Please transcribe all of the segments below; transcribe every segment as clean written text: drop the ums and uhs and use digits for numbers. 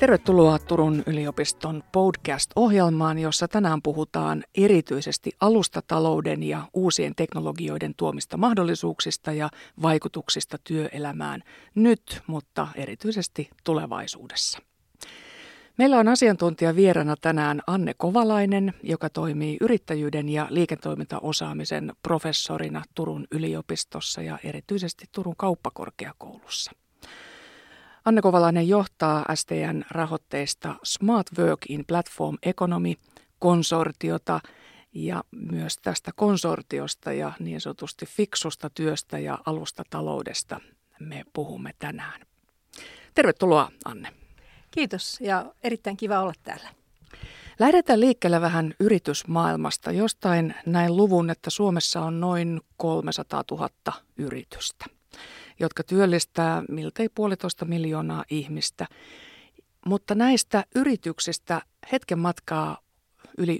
Tervetuloa Turun yliopiston podcast-ohjelmaan, jossa tänään puhutaan erityisesti alustatalouden ja uusien teknologioiden tuomista mahdollisuuksista ja vaikutuksista työelämään nyt, mutta erityisesti tulevaisuudessa. Meillä on asiantuntija vieraana tänään Anne Kovalainen, joka toimii yrittäjyyden ja liiketoimintaosaamisen professorina Turun yliopistossa ja erityisesti Turun kauppakorkeakoulussa. Anne Kovalainen johtaa STN rahoitteista Smart Work in Platform Economy-konsortiota ja myös tästä konsortiosta ja niin sanotusti fiksusta työstä ja alustataloudesta me puhumme tänään. Tervetuloa, Anne. Kiitos ja erittäin kiva olla täällä. Lähdetään liikkeelle vähän yritysmaailmasta. Jostain näin luvun, että Suomessa on noin 300 000 yritystä, jotka työllistää miltei 1,5 miljoonaa ihmistä. Mutta näistä yrityksistä hetken matkaa yli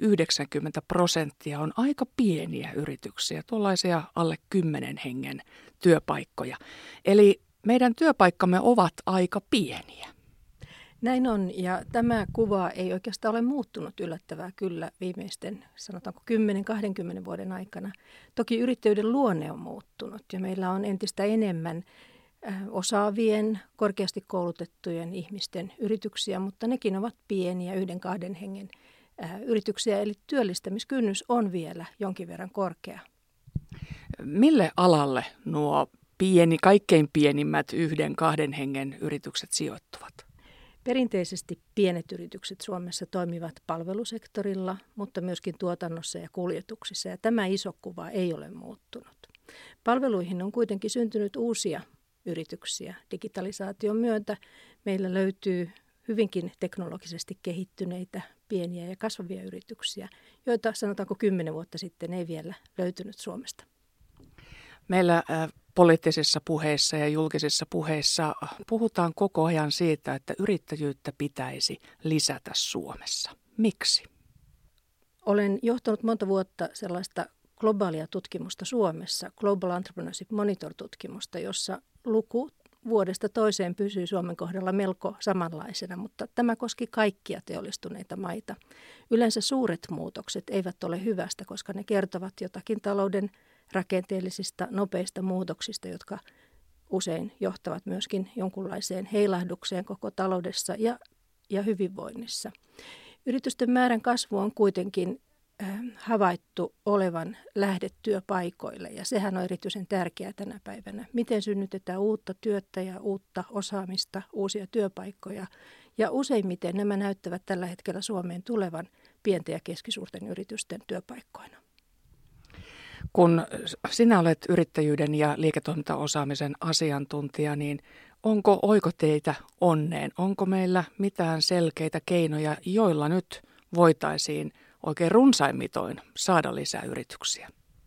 90% on aika pieniä yrityksiä, tuollaisia alle 10 hengen työpaikkoja. Eli meidän työpaikkamme ovat aika pieniä. Näin on, ja tämä kuva ei oikeastaan ole muuttunut yllättävää kyllä viimeisten, sanotaanko 10-20 vuoden aikana. Toki yrittäjyyden luonne on muuttunut ja meillä on entistä enemmän osaavien, korkeasti koulutettujen ihmisten yrityksiä, mutta nekin ovat pieniä 1-2 hengen yrityksiä, eli työllistämiskynnys on vielä jonkin verran korkea. Mille alalle nuo kaikkein pienimmät 1-2 hengen yritykset sijoittuvat? Perinteisesti pienet yritykset Suomessa toimivat palvelusektorilla, mutta myöskin tuotannossa ja kuljetuksissa, ja tämä iso kuva ei ole muuttunut. Palveluihin on kuitenkin syntynyt uusia yrityksiä. Digitalisaation myötä meillä löytyy hyvinkin teknologisesti kehittyneitä pieniä ja kasvavia yrityksiä, joita sanotaanko 10 vuotta sitten ei vielä löytynyt Suomesta. Meillä poliittisissa puheissa ja julkisissa puheissa puhutaan koko ajan siitä, että yrittäjyyttä pitäisi lisätä Suomessa. Miksi? Olen johtanut monta vuotta sellaista globaalia tutkimusta Suomessa, Global Entrepreneurship Monitor-tutkimusta, jossa luku vuodesta toiseen pysyy Suomen kohdalla melko samanlaisena, mutta tämä koski kaikkia teollistuneita maita. Yleensä suuret muutokset eivät ole hyvästä, koska ne kertovat jotakin talouden rakenteellisista nopeista muutoksista, jotka usein johtavat myöskin jonkunlaiseen heilahdukseen koko taloudessa ja hyvinvoinnissa. Yritysten määrän kasvu on kuitenkin havaittu olevan lähde työpaikoille, ja sehän on erityisen tärkeää tänä päivänä. Miten synnytetään uutta työtä ja uutta osaamista, uusia työpaikkoja, ja useimmiten nämä näyttävät tällä hetkellä Suomeen tulevan pienten ja keskisuurten yritysten työpaikkoina. Kun sinä olet yrittäjyyden ja liiketoimintaosaamisen asiantuntija, niin onko oikoteitä onneen? Onko meillä mitään selkeitä keinoja, joilla nyt voitaisiin oikein runsaimitoin saada lisää yrityksiä?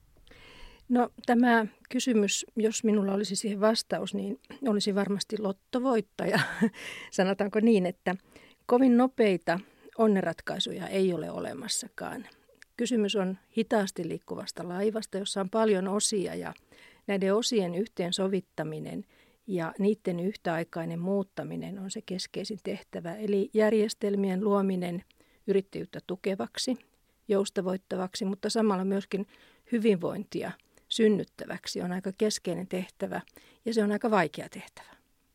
No tämä kysymys, jos minulla olisi siihen vastaus, niin olisi varmasti lottovoittaja. Sanotaanko niin, että kovin nopeita onnenratkaisuja ei ole olemassakaan. Kysymys on hitaasti liikkuvasta laivasta, jossa on paljon osia, ja näiden osien yhteensovittaminen ja niiden yhtäaikainen muuttaminen on se keskeisin tehtävä. Eli järjestelmien luominen yrittäjyyttä tukevaksi, joustavoittavaksi, mutta samalla myöskin hyvinvointia synnyttäväksi on aika keskeinen tehtävä, ja se on aika vaikea tehtävä.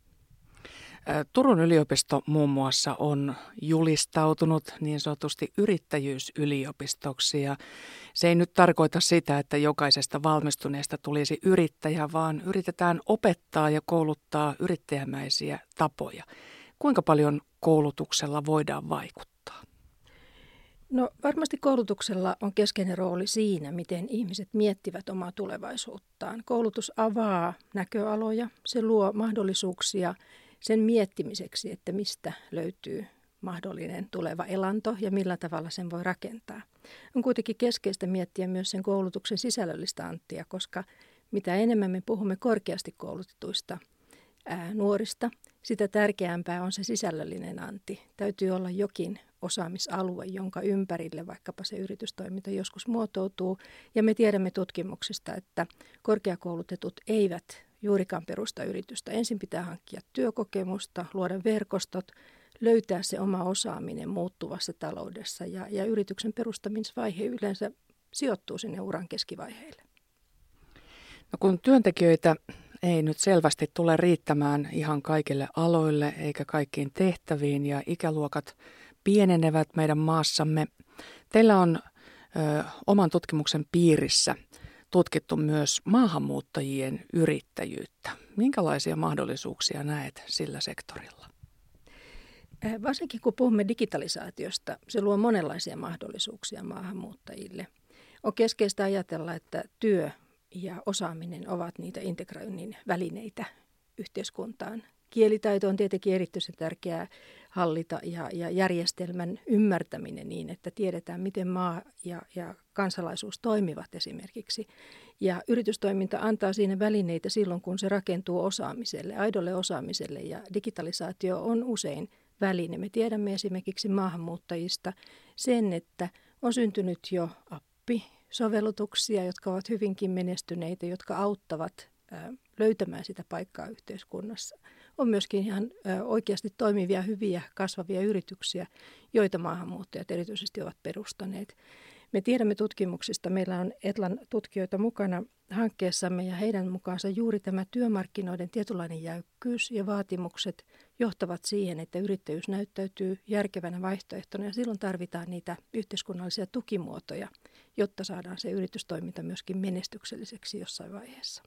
Turun yliopisto muun muassa on julistautunut niin sanotusti yrittäjyysyliopistoksi, ja se ei nyt tarkoita sitä, että jokaisesta valmistuneesta tulisi yrittäjä, vaan yritetään opettaa ja kouluttaa yrittäjämäisiä tapoja. Kuinka paljon koulutuksella voidaan vaikuttaa? No varmasti koulutuksella on keskeinen rooli siinä, miten ihmiset miettivät omaa tulevaisuuttaan. Koulutus avaa näköaloja, se luo mahdollisuuksia sen miettimiseksi, että mistä löytyy mahdollinen tuleva elanto ja millä tavalla sen voi rakentaa. On kuitenkin keskeistä miettiä myös sen koulutuksen sisällöllistä anttia, koska mitä enemmän me puhumme korkeasti koulutetuista nuorista, sitä tärkeämpää on se sisällöllinen anti. Täytyy olla jokin osaamisalue, jonka ympärille vaikkapa se yritystoiminta joskus muotoutuu. Ja me tiedämme tutkimuksista, että korkeakoulutetut eivät juurikaan perusta yritystä. Ensin pitää hankkia työkokemusta, luoda verkostot, löytää se oma osaaminen muuttuvassa taloudessa ja yrityksen perustamisvaihe yleensä sijoittuu sinne uran keskivaiheelle. No kun työntekijöitä ei nyt selvästi tule riittämään ihan kaikille aloille eikä kaikkiin tehtäviin ja ikäluokat pienenevät meidän maassamme. Teillä on oman tutkimuksen piirissä tutkittu myös maahanmuuttajien yrittäjyyttä. Minkälaisia mahdollisuuksia näet sillä sektorilla? Varsinkin kun puhumme digitalisaatiosta, se luo monenlaisia mahdollisuuksia maahanmuuttajille. On keskeistä ajatella, että työ ja osaaminen ovat niitä integroinnin välineitä yhteiskuntaan. Kielitaito on tietenkin erityisen tärkeää hallita ja järjestelmän ymmärtäminen niin, että tiedetään, miten maa ja kansalaisuus toimivat esimerkiksi. Ja yritystoiminta antaa siinä välineitä silloin, kun se rakentuu osaamiselle, aidolle osaamiselle, ja digitalisaatio on usein väline. Me tiedämme esimerkiksi maahanmuuttajista sen, että on syntynyt jo appisovellutuksia, jotka ovat hyvinkin menestyneitä, jotka auttavat löytämään sitä paikkaa yhteiskunnassa. On myöskin ihan oikeasti toimivia, hyviä, kasvavia yrityksiä, joita maahanmuuttajat erityisesti ovat perustaneet. Me tiedämme tutkimuksista, meillä on Etlan tutkijoita mukana hankkeessamme, ja heidän mukaansa juuri tämä työmarkkinoiden tietynlainen jäykkyys ja vaatimukset johtavat siihen, että yrittäjyys näyttäytyy järkevänä vaihtoehtona, ja silloin tarvitaan niitä yhteiskunnallisia tukimuotoja, jotta saadaan se yritystoiminta myöskin menestykselliseksi jossain vaiheessa.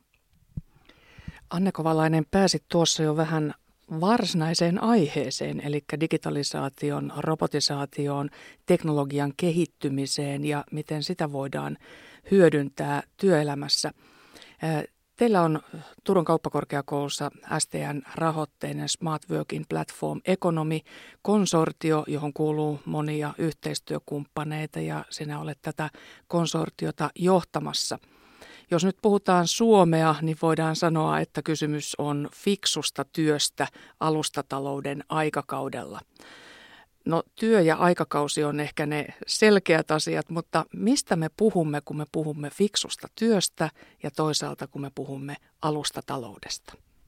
Anne Kovalainen, pääsit tuossa jo vähän varsinaiseen aiheeseen, eli digitalisaation, robotisaation, teknologian kehittymiseen ja miten sitä voidaan hyödyntää työelämässä. Teillä on Turun kauppakorkeakoulussa STN-rahoitteinen Smart Working Platform Economy-konsortio, johon kuuluu monia yhteistyökumppaneita, ja sinä olet tätä konsortiota johtamassa. Jos nyt puhutaan suomea, niin voidaan sanoa, että kysymys on fiksusta työstä alustatalouden aikakaudella. No, työ ja aikakausi on ehkä ne selkeät asiat, mutta mistä me puhumme, kun me puhumme fiksusta työstä ja toisaalta kun me puhumme alustataloudesta?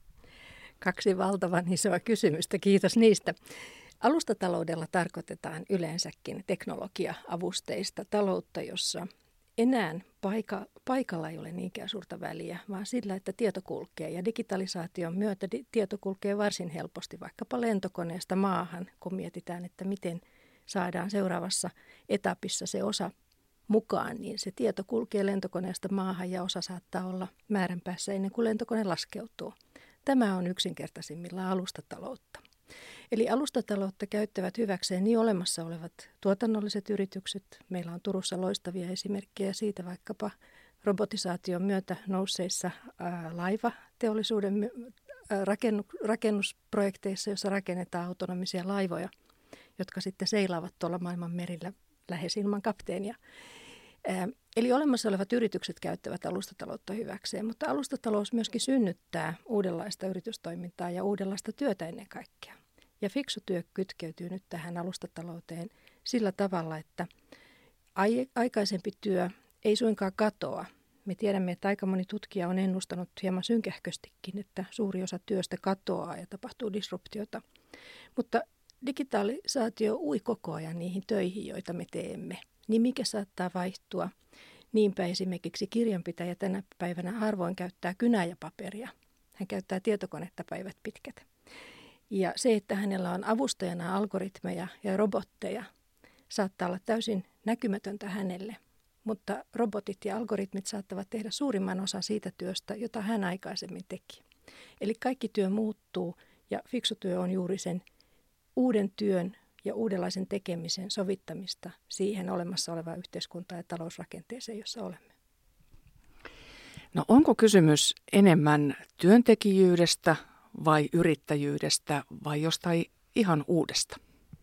2 valtavan isoa kysymystä, kiitos niistä. Alustataloudella tarkoitetaan yleensäkin teknologia-avusteista taloutta, jossa enää paikalla ei ole niinkään suurta väliä, vaan sillä, että tieto kulkee. Ja digitalisaation myötä tieto kulkee varsin helposti vaikkapa lentokoneesta maahan, kun mietitään, että miten saadaan seuraavassa etapissa se osa mukaan, niin se tieto kulkee lentokoneesta maahan ja osa saattaa olla määränpäässä ennen kuin lentokone laskeutuu. Tämä on yksinkertaisimmillaan alustataloutta. Eli alustataloutta käyttävät hyväkseen niin olemassa olevat tuotannolliset yritykset. Meillä on Turussa loistavia esimerkkejä siitä vaikkapa robotisaation myötä nousseissa laivateollisuuden rakennusprojekteissa, joissa rakennetaan autonomisia laivoja, jotka sitten seilaavat tuolla maailman merillä lähes ilman kapteenia. Eli olemassa olevat yritykset käyttävät alustataloutta hyväkseen, mutta alustatalous myöskin synnyttää uudenlaista yritystoimintaa ja uudenlaista työtä ennen kaikkea. Ja fiksu työ kytkeytyy nyt tähän alustatalouteen sillä tavalla, että aikaisempi työ ei suinkaan katoa. Me tiedämme, että aika moni tutkija on ennustanut hieman synkähköstikin, että suuri osa työstä katoaa ja tapahtuu disruptiota. Mutta digitalisaatio ui koko ajan niihin töihin, joita me teemme. Nimike saattaa vaihtua. Niinpä esimerkiksi kirjanpitäjä tänä päivänä harvoin käyttää kynää ja paperia. Hän käyttää tietokonetta päivät pitkät. Ja se, että hänellä on avustajana algoritmeja ja robotteja, saattaa olla täysin näkymätöntä hänelle. Mutta robotit ja algoritmit saattavat tehdä suurimman osan siitä työstä, jota hän aikaisemmin teki. Eli kaikki työ muuttuu ja fiksu työ on juuri sen uuden työn ja uudenlaisen tekemisen sovittamista siihen olemassa olevaan yhteiskuntaan ja talousrakenteeseen, jossa olemme. No, onko kysymys enemmän työntekijyydestä vai yrittäjyydestä vai jostain ihan uudesta?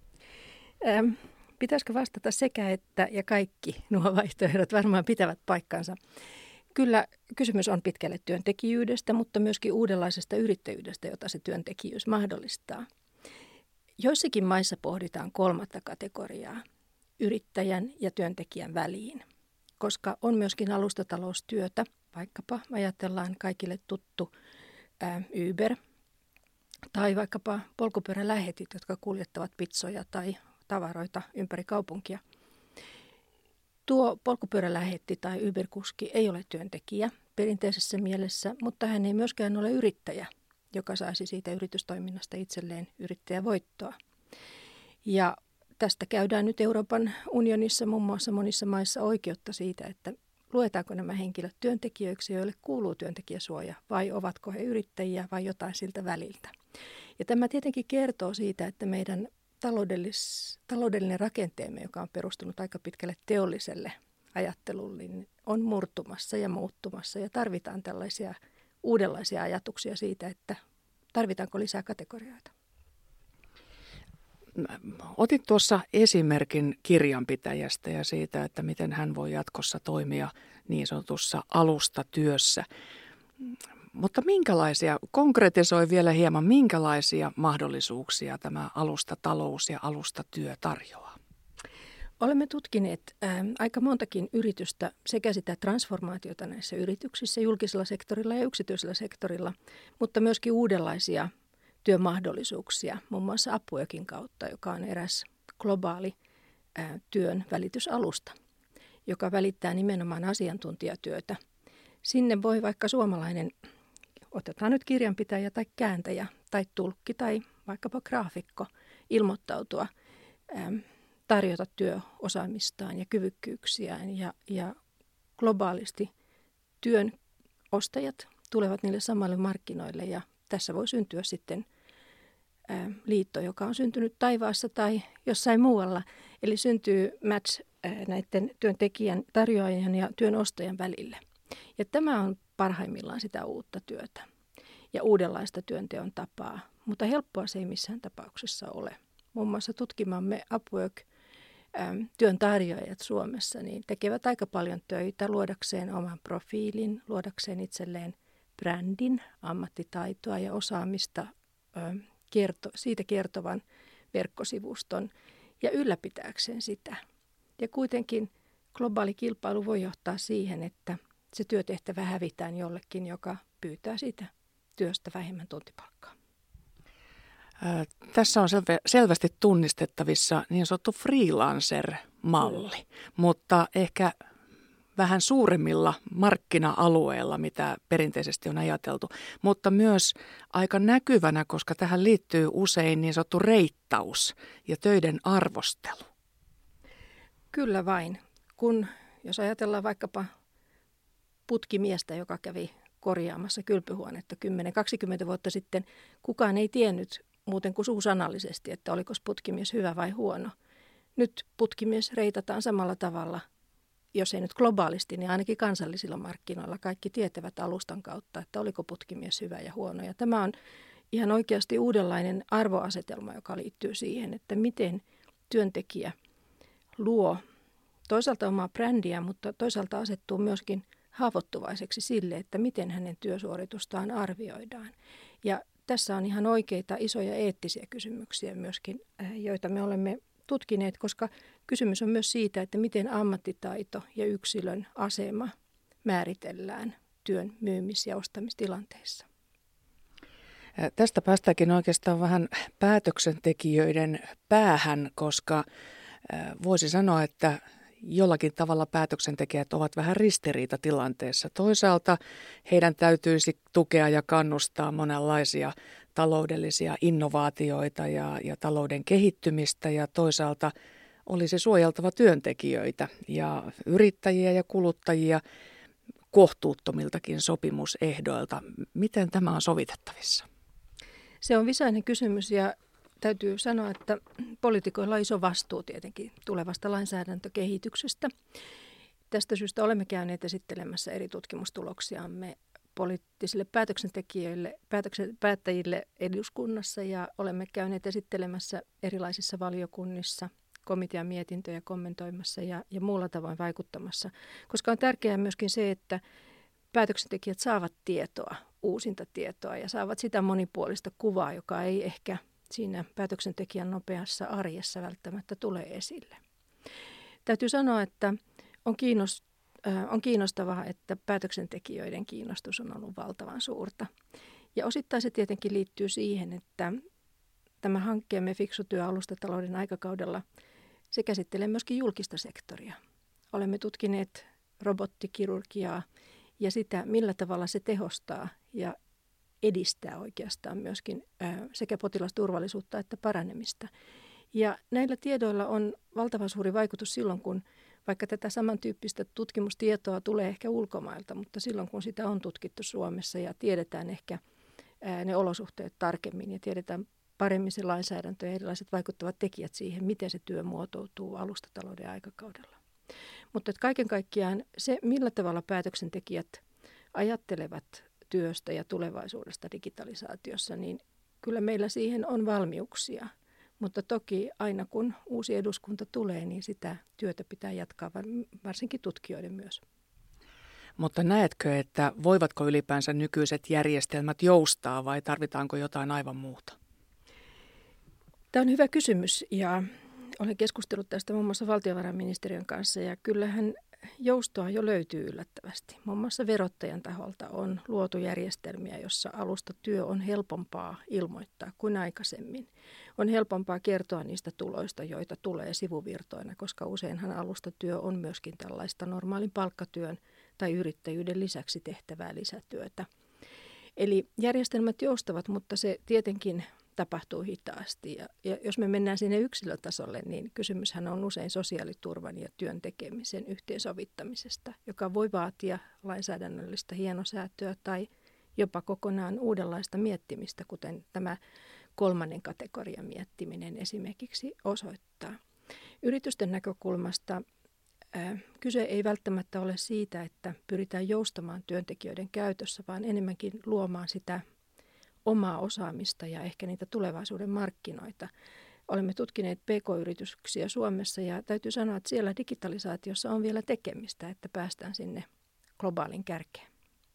Pitäisikö vastata sekä että ja kaikki nuo vaihtoehdot varmaan pitävät paikkansa. Kyllä kysymys on pitkälle työntekijyydestä, mutta myöskin uudenlaisesta yrittäjyydestä, jota se työntekijyys mahdollistaa. Joissakin maissa pohditaan 3. kategoriaa, yrittäjän ja työntekijän väliin, koska on myöskin alustataloustyötä, vaikkapa ajatellaan kaikille tuttu Uber, tai vaikkapa polkupyörälähetit, jotka kuljettavat pitsoja tai tavaroita ympäri kaupunkia. Tuo polkupyörälähetti tai Uber-kuski ei ole työntekijä perinteisessä mielessä, mutta hän ei myöskään ole yrittäjä, joka saisi siitä yritystoiminnasta itselleen yrittäjävoittoa. Ja tästä käydään nyt Euroopan unionissa muun muassa monissa maissa oikeutta siitä, että luetaanko nämä henkilöt työntekijöiksi, joille kuuluu työntekijäsuoja, vai ovatko he yrittäjiä vai jotain siltä väliltä. Ja tämä tietenkin kertoo siitä, että meidän taloudellinen rakenteemme, joka on perustunut aika pitkälle teolliselle ajattelulle, niin on murtumassa ja muuttumassa ja tarvitaan tällaisia uudenlaisia ajatuksia siitä, että tarvitaanko lisää kategorioita. Otit tuossa esimerkin kirjanpitäjästä ja siitä, että miten hän voi jatkossa toimia niin sanotussa alustatyössä. Mutta konkretisoi vielä hieman, minkälaisia mahdollisuuksia tämä alustatalous ja alustatyö tarjoaa? Olemme tutkineet aika montakin yritystä sekä sitä transformaatiota näissä yrityksissä julkisella sektorilla ja yksityisellä sektorilla, mutta myöskin uudenlaisia työmahdollisuuksia, muun muassa Upworkin kautta, joka on eräs globaali työn välitysalusta, joka välittää nimenomaan asiantuntijatyötä. Sinne voi vaikka suomalainen, otetaan nyt kirjanpitäjä tai kääntäjä tai tulkki tai vaikkapa graafikko, ilmoittautua, tarjota työosaamistaan ja kyvykkyyksiään ja globaalisti työn ostajat tulevat niille samalle markkinoille ja tässä voi syntyä sitten liitto, joka on syntynyt taivaassa tai jossain muualla. Eli syntyy match näiden työntekijän, tarjoajan ja työn ostajan välille. Ja tämä on parhaimmillaan sitä uutta työtä ja uudenlaista työnteon tapaa, mutta helppoa se ei missään tapauksessa ole. Muun muassa tutkimamme Upwork työn tarjoajat Suomessa niin tekevät aika paljon töitä luodakseen oman profiilin, luodakseen itselleen brändin, ammattitaitoa ja osaamista, siitä kertovan verkkosivuston ja ylläpitääkseen sitä. Ja kuitenkin globaali kilpailu voi johtaa siihen, että se työtehtävä hävitään jollekin, joka pyytää siitä työstä vähemmän tuntipalkkaa. Tässä on selvästi tunnistettavissa niin sanottu freelancer-malli, mutta ehkä vähän suuremmilla markkina-alueilla, mitä perinteisesti on ajateltu, mutta myös aika näkyvänä, koska tähän liittyy usein niin sanottu reittaus ja töiden arvostelu. Kyllä vain. Jos ajatellaan vaikkapa putkimiestä, joka kävi korjaamassa kylpyhuonetta 10-20 vuotta sitten, kukaan ei tiennyt muuten kuin suusanallisesti, että oliko putkimies hyvä vai huono. Nyt putkimies reitataan samalla tavalla, jos ei nyt globaalisti, niin ainakin kansallisilla markkinoilla kaikki tietävät alustan kautta, että oliko putkimies hyvä ja huono. Ja tämä on ihan oikeasti uudenlainen arvoasetelma, joka liittyy siihen, että miten työntekijä luo toisaalta omaa brändiä, mutta toisaalta asettuu myöskin haavoittuvaiseksi sille, että miten hänen työsuoritustaan arvioidaan. Ja tässä on ihan oikeita isoja eettisiä kysymyksiä myöskin, joita me olemme tutkineet, koska kysymys on myös siitä, että miten ammattitaito ja yksilön asema määritellään työn myymis- ja ostamistilanteissa. Tästä päästäänkin oikeastaan vähän päätöksentekijöiden päähän, koska voisi sanoa, että jollakin tavalla päätöksentekijät ovat vähän ristiriitatilanteessa. Toisaalta heidän täytyisi tukea ja kannustaa monenlaisia taloudellisia innovaatioita ja talouden kehittymistä ja toisaalta olisi suojeltava työntekijöitä ja yrittäjiä ja kuluttajia kohtuuttomiltakin sopimusehdoilta. Miten tämä on sovitettavissa? Se on visainen kysymys ja täytyy sanoa, että poliitikoilla on iso vastuu tietenkin tulevasta lainsäädäntökehityksestä. Tästä syystä olemme käyneet esittelemässä eri tutkimustuloksiamme poliittisille päätöksentekijöille, päättäjille eduskunnassa ja olemme käyneet esittelemässä erilaisissa valiokunnissa, komitean mietintöjä kommentoimassa ja muulla tavoin vaikuttamassa, koska on tärkeää myöskin se, että päätöksentekijät saavat tietoa, uusinta tietoa ja saavat sitä monipuolista kuvaa, joka ei ehkä siinä päätöksentekijän nopeassa arjessa välttämättä tule esille. Täytyy sanoa, että on kiinnostavaa, että päätöksentekijöiden kiinnostus on ollut valtavan suurta. Ja osittain se tietenkin liittyy siihen, että tämä hankkeemme Fiksu työ alustatalouden aikakaudella, se käsittelee myöskin julkista sektoria. Olemme tutkineet robottikirurgiaa ja sitä, millä tavalla se tehostaa ja edistää oikeastaan myöskin sekä potilasturvallisuutta että paranemista. Ja näillä tiedoilla on valtavan suuri vaikutus silloin, kun vaikka tätä samantyyppistä tutkimustietoa tulee ehkä ulkomailta, mutta silloin kun sitä on tutkittu Suomessa ja tiedetään ehkä ne olosuhteet tarkemmin ja tiedetään paremmin se lainsäädäntö ja erilaiset vaikuttavat tekijät siihen, miten se työ muotoutuu alustatalouden aikakaudella. Mutta kaiken kaikkiaan se, millä tavalla päätöksentekijät ajattelevat työstä ja tulevaisuudesta digitalisaatiossa, niin kyllä meillä siihen on valmiuksia. Mutta toki aina kun uusi eduskunta tulee, niin sitä työtä pitää jatkaa, varsinkin tutkijoiden myös. Mutta näetkö, että voivatko ylipäänsä nykyiset järjestelmät joustaa vai tarvitaanko jotain aivan muuta? Tämä on hyvä kysymys ja olen keskustellut tästä muun muassa valtiovarainministeriön kanssa ja kyllähän joustoa jo löytyy yllättävästi. Muun muassa verottajan taholta on luotu järjestelmiä, jossa alustatyö on helpompaa ilmoittaa kuin aikaisemmin. On helpompaa kertoa niistä tuloista, joita tulee sivuvirtoina, koska useinhan alustatyö on myöskin tällaista normaalin palkkatyön tai yrittäjyyden lisäksi tehtävää lisätyötä. Eli järjestelmät joustavat, mutta se tietenkin tapahtuu hitaasti. Ja jos me mennään sinne yksilötasolle, niin kysymyshän on usein sosiaaliturvan ja työn tekemisen yhteensovittamisesta, joka voi vaatia lainsäädännöllistä hienosäätöä tai jopa kokonaan uudenlaista miettimistä, kuten tämä kolmannen kategorian miettiminen esimerkiksi osoittaa. Yritysten näkökulmasta kyse ei välttämättä ole siitä, että pyritään joustamaan työntekijöiden käytössä, vaan enemmänkin luomaan sitä omaa osaamista ja ehkä niitä tulevaisuuden markkinoita. Olemme tutkineet PK-yrityksiä Suomessa ja täytyy sanoa, että siellä digitalisaatiossa on vielä tekemistä, että päästään sinne globaalin kärkeen.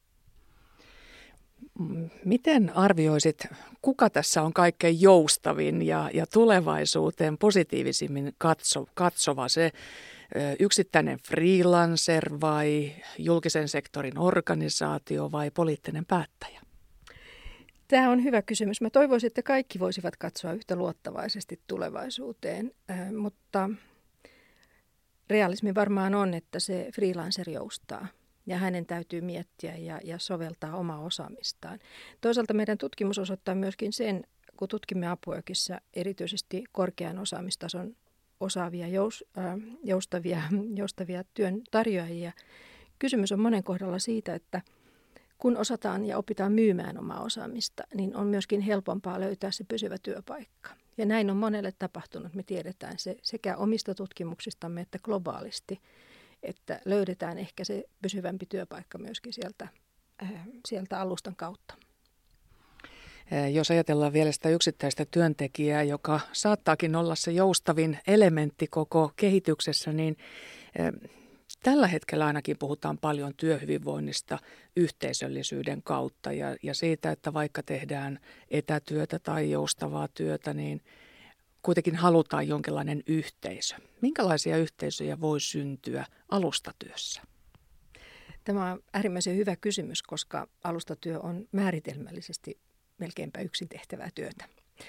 Miten arvioisit, kuka tässä on kaikkein joustavin ja tulevaisuuteen positiivisimmin katsova, se yksittäinen freelancer vai julkisen sektorin organisaatio vai poliittinen päättäjä? Tämä on hyvä kysymys. Mä toivoisin, että kaikki voisivat katsoa yhtä luottavaisesti tulevaisuuteen, mutta realismi varmaan on, että se freelancer joustaa ja hänen täytyy miettiä ja soveltaa omaa osaamistaan. Toisaalta meidän tutkimus osoittaa myöskin sen, kun tutkimme Apuökissä erityisesti korkean osaamistason osaavia, joustavia työn tarjoajia. Kysymys on monen kohdalla siitä, että kun osataan ja opitaan myymään omaa osaamista, niin on myöskin helpompaa löytää se pysyvä työpaikka. Ja näin on monelle tapahtunut. Me tiedetään se sekä omista tutkimuksistamme että globaalisti, että löydetään ehkä se pysyvämpi työpaikka myöskin sieltä alustan kautta. Jos ajatellaan vielä sitä yksittäistä työntekijää, joka saattaakin olla se joustavin elementti koko kehityksessä, niin tällä hetkellä ainakin puhutaan paljon työhyvinvoinnista yhteisöllisyyden kautta ja siitä, että vaikka tehdään etätyötä tai joustavaa työtä, niin kuitenkin halutaan jonkinlainen yhteisö. Minkälaisia yhteisöjä voi syntyä alustatyössä? Tämä on äärimmäisen hyvä kysymys, koska alustatyö on määritelmällisesti melkeinpä yksin tehtävää työtä.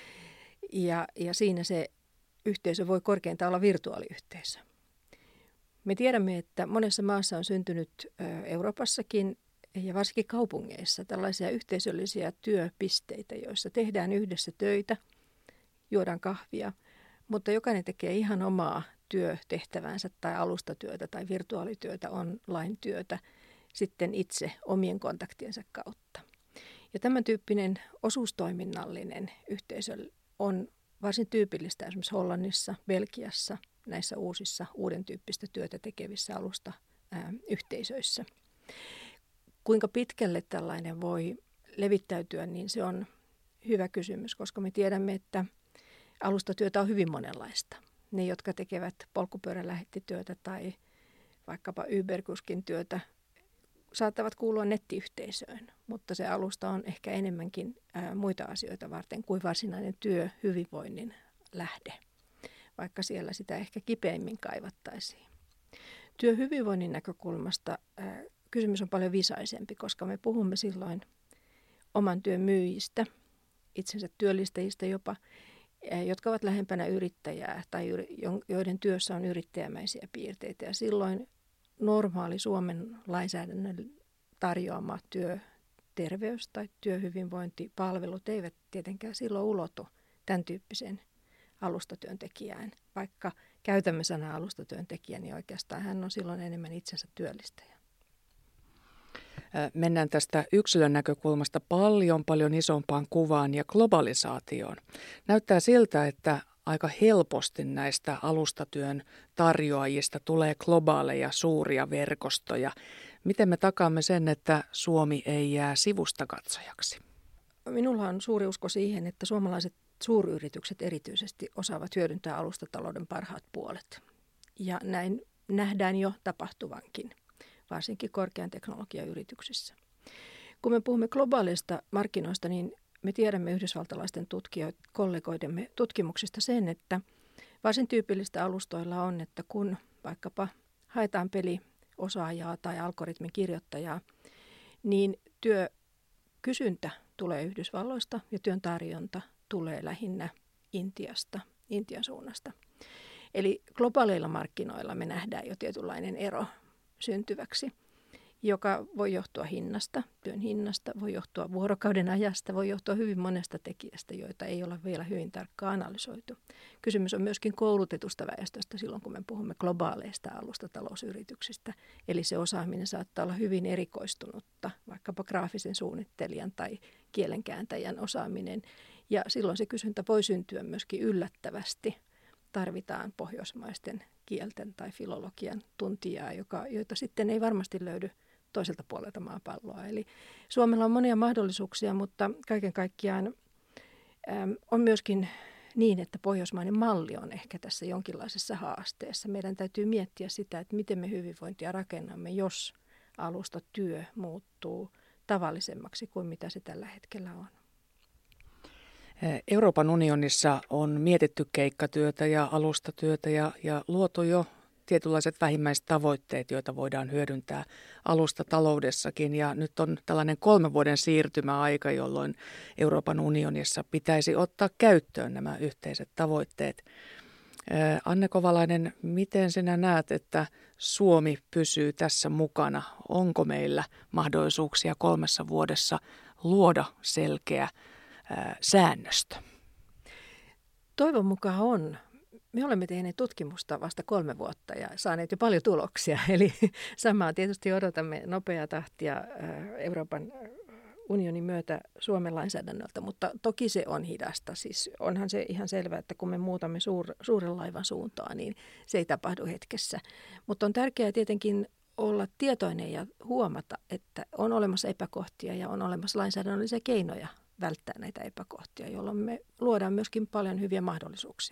Ja siinä se yhteisö voi korkeintaan olla virtuaaliyhteisö. Me tiedämme, että monessa maassa on syntynyt Euroopassakin ja varsinkin kaupungeissa tällaisia yhteisöllisiä työpisteitä, joissa tehdään yhdessä töitä, juodaan kahvia, mutta jokainen tekee ihan omaa työtehtävänsä tai alustatyötä tai virtuaalityötä, online-työtä sitten itse omien kontaktiensa kautta. Ja tämän tyyppinen osuustoiminnallinen yhteisö on varsin tyypillistä esimerkiksi Hollannissa, Belgiassa, näissä uusissa uuden tyyppistä työtä tekevissä alustayhteisöissä. Kuinka pitkälle tällainen voi levittäytyä, niin se on hyvä kysymys, koska me tiedämme, että alustatyötä on hyvin monenlaista. Ne, jotka tekevät polkupyörälähettityötä tai vaikkapa Uber-kuskin työtä, saattavat kuulua nettiyhteisöön, mutta se alusta on ehkä enemmänkin muita asioita varten kuin varsinainen työhyvinvoinnin lähde, vaikka siellä sitä ehkä kipeimmin kaivattaisiin. Työhyvinvoinnin näkökulmasta kysymys on paljon visaisempi, koska me puhumme silloin oman työn myyjistä, itsensä työllistäjistä jopa, jotka ovat lähempänä yrittäjää tai joiden työssä on yrittäjämäisiä piirteitä. Ja silloin normaali Suomen lainsäädännön tarjoama työterveys- tai työhyvinvointipalvelut eivät tietenkään silloin ulotu tämän tyyppiseen alustatyöntekijään. Vaikka käytämme sanaa alustatyöntekijä, niin oikeastaan hän on silloin enemmän itsensä työllistäjä. Mennään tästä yksilön näkökulmasta paljon isompaan kuvaan ja globalisaatioon. Näyttää siltä, että aika helposti näistä alustatyön tarjoajista tulee globaaleja suuria verkostoja. Miten me takaamme sen, että Suomi ei jää sivustakatsojaksi? Minulla on suuri usko siihen, että suomalaiset suuryritykset erityisesti osaavat hyödyntää alustatalouden parhaat puolet. Ja näin nähdään jo tapahtuvankin, varsinkin korkean teknologian yrityksissä. Kun me puhumme globaaleista markkinoista, niin me tiedämme yhdysvaltalaisten kollegoidemme tutkimuksista sen, että varsin tyypillistä alustoilla on, että kun vaikkapa haetaan peliosaajaa tai algoritmin kirjoittajaa, niin työkysyntä tulee Yhdysvalloista ja työn tarjonta tulee lähinnä Intian suunnasta. Eli globaaleilla markkinoilla me nähdään jo tietynlainen ero syntyväksi, joka voi johtua hinnasta, työn hinnasta, voi johtua vuorokauden ajasta, voi johtua hyvin monesta tekijästä, joita ei ole vielä hyvin tarkkaan analysoitu. Kysymys on myöskin koulutetusta väestöstä silloin, kun me puhumme globaaleista alustatalousyrityksistä. Eli se osaaminen saattaa olla hyvin erikoistunutta, vaikkapa graafisen suunnittelijan tai kielenkääntäjän osaaminen. Ja silloin se kysyntä voi syntyä myöskin yllättävästi. Tarvitaan pohjoismaisten kielten tai filologian tuntijaa, joita sitten ei varmasti löydy toiselta puolelta maapalloa. Eli Suomella on monia mahdollisuuksia, mutta kaiken kaikkiaan on myöskin niin, että pohjoismainen malli on ehkä tässä jonkinlaisessa haasteessa. Meidän täytyy miettiä sitä, että miten me hyvinvointia rakennamme, jos alustatyö muuttuu tavallisemmaksi kuin mitä se tällä hetkellä on. Euroopan unionissa on mietitty keikkatyötä ja alustatyötä ja luotu jo tietynlaiset vähimmäistavoitteet, joita voidaan hyödyntää alustataloudessakin. Ja nyt on tällainen 3 vuoden siirtymäaika, jolloin Euroopan unionissa pitäisi ottaa käyttöön nämä yhteiset tavoitteet. Anne Kovalainen, miten sinä näet, että Suomi pysyy tässä mukana? Onko meillä mahdollisuuksia 3 vuodessa luoda selkeä säännöstö? Toivon mukaan on. Me olemme tehneet tutkimusta vasta 3 vuotta ja saaneet jo paljon tuloksia. Eli samaa tietysti odotamme nopeaa tahtia Euroopan unionin myötä Suomen lainsäädännöltä, mutta toki se on hidasta. Siis onhan se ihan selvää, että kun me muutamme suuren laivan suuntaan, niin se ei tapahdu hetkessä. Mutta on tärkeää tietenkin olla tietoinen ja huomata, että on olemassa epäkohtia ja on olemassa lainsäädännöllisiä keinoja välttää näitä epäkohtia, jolloin me luodaan myöskin paljon hyviä mahdollisuuksia.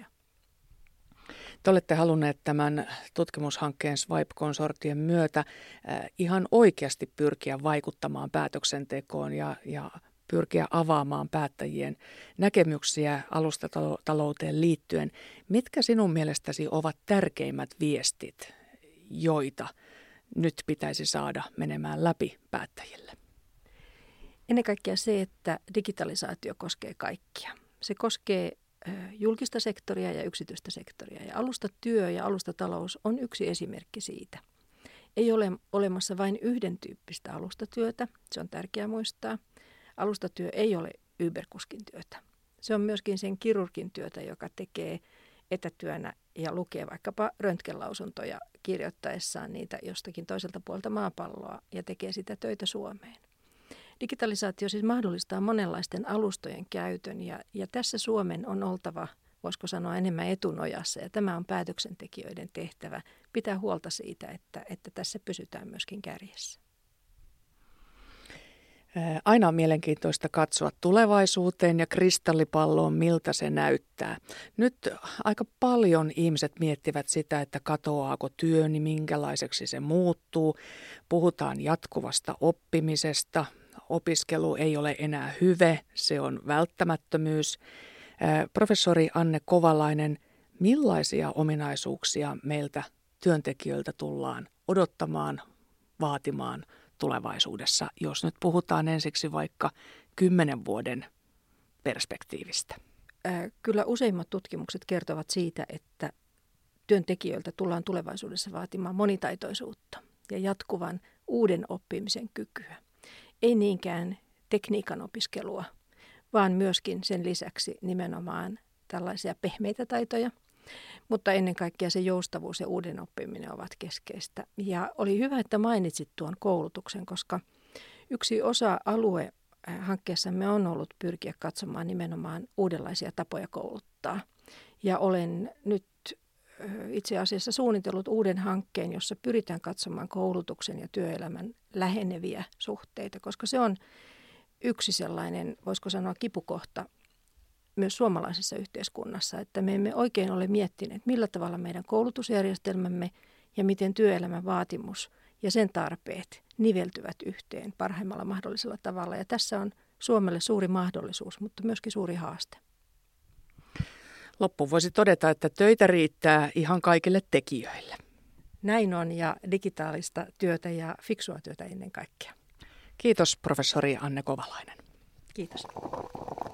Te olette halunneet tämän tutkimushankkeen Swipe-konsortien myötä ihan oikeasti pyrkiä vaikuttamaan päätöksentekoon ja pyrkiä avaamaan päättäjien näkemyksiä alustatalouteen liittyen. Mitkä sinun mielestäsi ovat tärkeimmät viestit, joita nyt pitäisi saada menemään läpi päättäjille? Ennen kaikkea se, että digitalisaatio koskee kaikkia. Se koskee julkista sektoria ja yksityistä sektoria. Ja alustatyö ja alustatalous on yksi esimerkki siitä. Ei ole olemassa vain yhden tyyppistä alustatyötä, se on tärkeää muistaa. Alustatyö ei ole Uber-kuskin työtä. Se on myöskin sen kirurgin työtä, joka tekee etätyönä ja lukee vaikkapa röntgenlausuntoja kirjoittaessaan niitä jostakin toiselta puolta maapalloa ja tekee sitä töitä Suomeen. Digitalisaatio siis mahdollistaa monenlaisten alustojen käytön ja tässä Suomen on oltava, voisiko sanoa, enemmän etunojassa ja tämä on päätöksentekijöiden tehtävä pitää huolta siitä, että tässä pysytään myöskin kärjessä. Aina on mielenkiintoista katsoa tulevaisuuteen ja kristallipalloon, miltä se näyttää. Nyt aika paljon ihmiset miettivät sitä, että katoaako työ, niin minkälaiseksi se muuttuu. Puhutaan jatkuvasta oppimisesta. Opiskelu ei ole enää hyve, se on välttämättömyys. Professori Anne Kovalainen, millaisia ominaisuuksia meiltä työntekijöiltä tullaan odottamaan, vaatimaan tulevaisuudessa, jos nyt puhutaan ensiksi vaikka 10 vuoden perspektiivistä? Kyllä useimmat tutkimukset kertovat siitä, että työntekijöiltä tullaan tulevaisuudessa vaatimaan monitaitoisuutta ja jatkuvan uuden oppimisen kykyä. Ei niinkään tekniikan opiskelua, vaan myöskin sen lisäksi nimenomaan tällaisia pehmeitä taitoja, mutta ennen kaikkea se joustavuus ja uuden oppiminen ovat keskeistä. Ja oli hyvä, että mainitsit tuon koulutuksen, koska yksi osa-alue hankkeessamme on ollut pyrkiä katsomaan nimenomaan uudenlaisia tapoja kouluttaa. Ja olen nyt itse asiassa suunnitellut uuden hankkeen, jossa pyritään katsomaan koulutuksen ja työelämän läheneviä suhteita, koska se on yksi sellainen, voisiko sanoa, kipukohta myös suomalaisessa yhteiskunnassa, että me emme oikein ole miettineet, millä tavalla meidän koulutusjärjestelmämme ja miten työelämän vaatimus ja sen tarpeet niveltyvät yhteen parhaimmalla mahdollisella tavalla. Ja tässä on Suomelle suuri mahdollisuus, mutta myöskin suuri haaste. Loppuun voisi todeta, että töitä riittää ihan kaikille tekijöille. Näin on, ja digitaalista työtä ja fiksua työtä ennen kaikkea. Kiitos professori Anne Kovalainen. Kiitos.